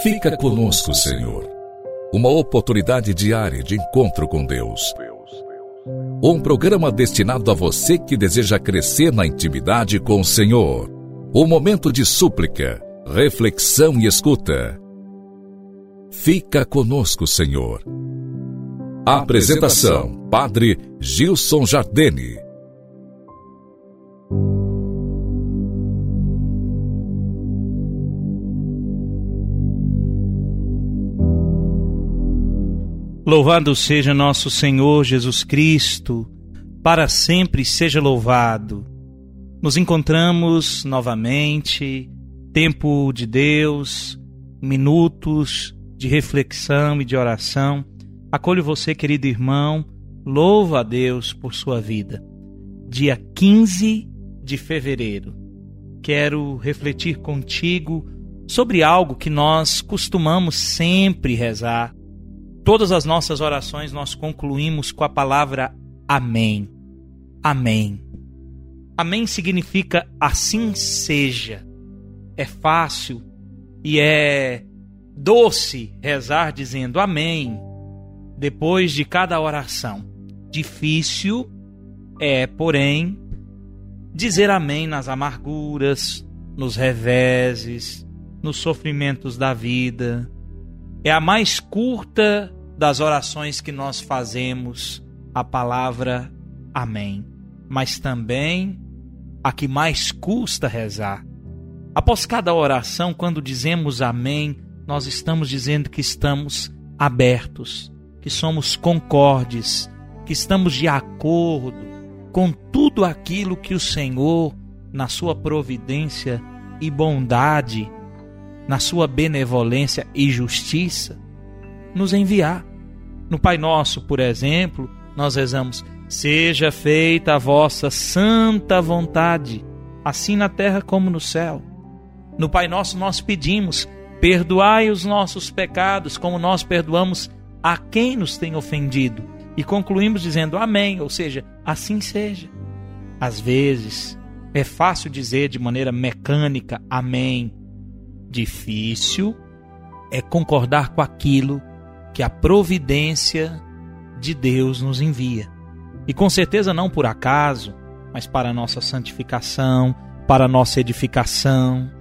Fica conosco, Senhor. Uma oportunidade diária de encontro com Deus. Um programa destinado a você que deseja crescer na intimidade com o Senhor. Um momento de súplica, reflexão e escuta. Fica conosco, Senhor. Apresentação: Padre Gilson Jardini. Louvado seja nosso Senhor Jesus Cristo, para sempre seja louvado. Nos encontramos novamente, tempo de Deus, minutos de reflexão e de oração. Acolho você, querido irmão, louvo a Deus por sua vida. Dia 15 de fevereiro, quero refletir contigo sobre algo que nós costumamos sempre rezar. Todas as nossas orações nós concluímos com a palavra Amém. Amém. Amém significa assim seja. É fácil e é doce rezar dizendo Amém depois de cada oração. Difícil é, porém, dizer Amém nas amarguras, nos reveses, nos sofrimentos da vida. É a mais curta das orações que nós fazemos, a palavra Amém, mas também a que mais custa rezar. Após cada oração, quando dizemos Amém, nós estamos dizendo que estamos abertos, que somos concordes, que estamos de acordo com tudo aquilo que o Senhor, na sua providência e bondade, na sua benevolência e justiça, nos enviar. No Pai Nosso, por exemplo, nós rezamos: seja feita a vossa santa vontade, assim na terra como no céu. No Pai Nosso nós pedimos: perdoai os nossos pecados, como nós perdoamos a quem nos tem ofendido. E concluímos dizendo Amém, ou seja, assim seja. Às vezes é fácil dizer de maneira mecânica Amém. Difícil é concordar com aquilo que a providência de Deus nos envia. E com certeza não por acaso, mas para a nossa santificação, para a nossa edificação.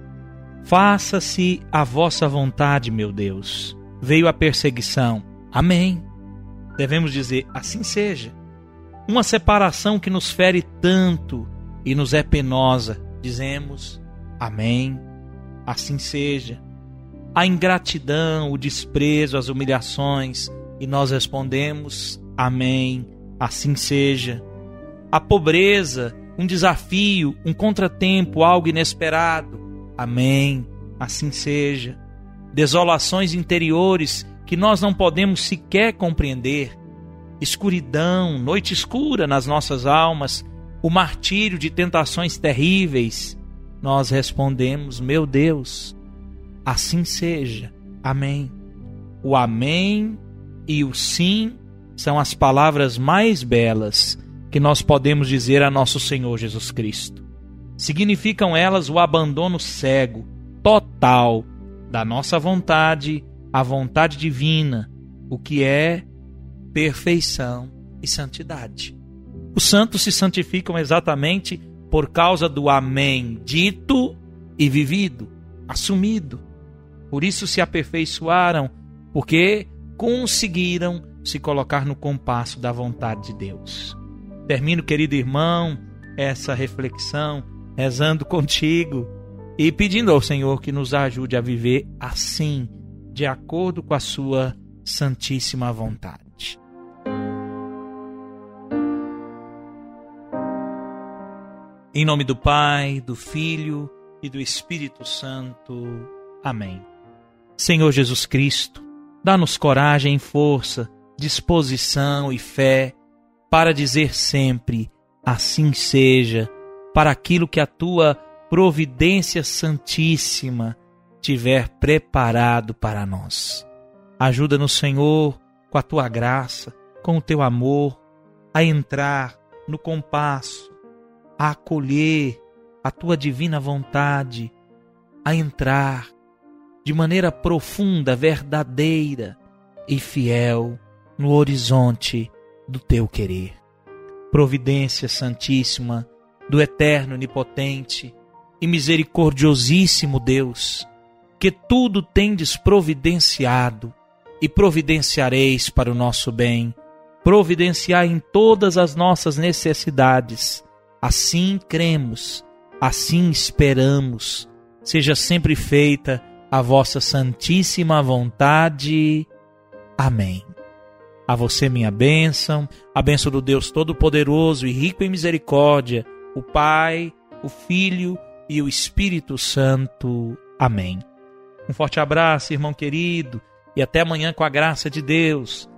Faça-se a vossa vontade, meu Deus. Veio a perseguição. Amém. Devemos dizer assim seja. Uma separação que nos fere tanto e nos é penosa. Dizemos Amém. Assim seja. A ingratidão, o desprezo, as humilhações, e nós respondemos Amém, assim seja. A pobreza, um desafio, um contratempo, algo inesperado, Amém, assim seja. Desolações interiores que nós não podemos sequer compreender, escuridão, noite escura nas nossas almas, o martírio de tentações terríveis, nós respondemos, meu Deus, assim seja. Amém. O Amém e o Sim são as palavras mais belas que nós podemos dizer a nosso Senhor Jesus Cristo. Significam elas o abandono cego, total, da nossa vontade à vontade divina, o que é perfeição e santidade. Os santos se santificam exatamente por causa do Amém dito e vivido, assumido. Por isso se aperfeiçoaram, porque conseguiram se colocar no compasso da vontade de Deus. Termino, querido irmão, essa reflexão rezando contigo e pedindo ao Senhor que nos ajude a viver assim, de acordo com a sua santíssima vontade. Em nome do Pai, do Filho e do Espírito Santo. Amém. Senhor Jesus Cristo, dá-nos coragem, força, disposição e fé para dizer sempre, assim seja, para aquilo que a Tua providência santíssima tiver preparado para nós. Ajuda-nos, Senhor, com a Tua graça, com o Teu amor, a entrar no compasso, a acolher a Tua divina vontade, a entrar de maneira profunda, verdadeira e fiel no horizonte do teu querer. Providência Santíssima do Eterno, Onipotente e Misericordiosíssimo Deus, que tudo tendes providenciado e providenciareis para o nosso bem, providenciar em todas as nossas necessidades. Assim cremos, assim esperamos. Seja sempre feita a vossa santíssima vontade. Amém. A você minha bênção, a bênção do Deus Todo-Poderoso e rico em misericórdia, o Pai, o Filho e o Espírito Santo. Amém. Um forte abraço, irmão querido, e até amanhã com a graça de Deus.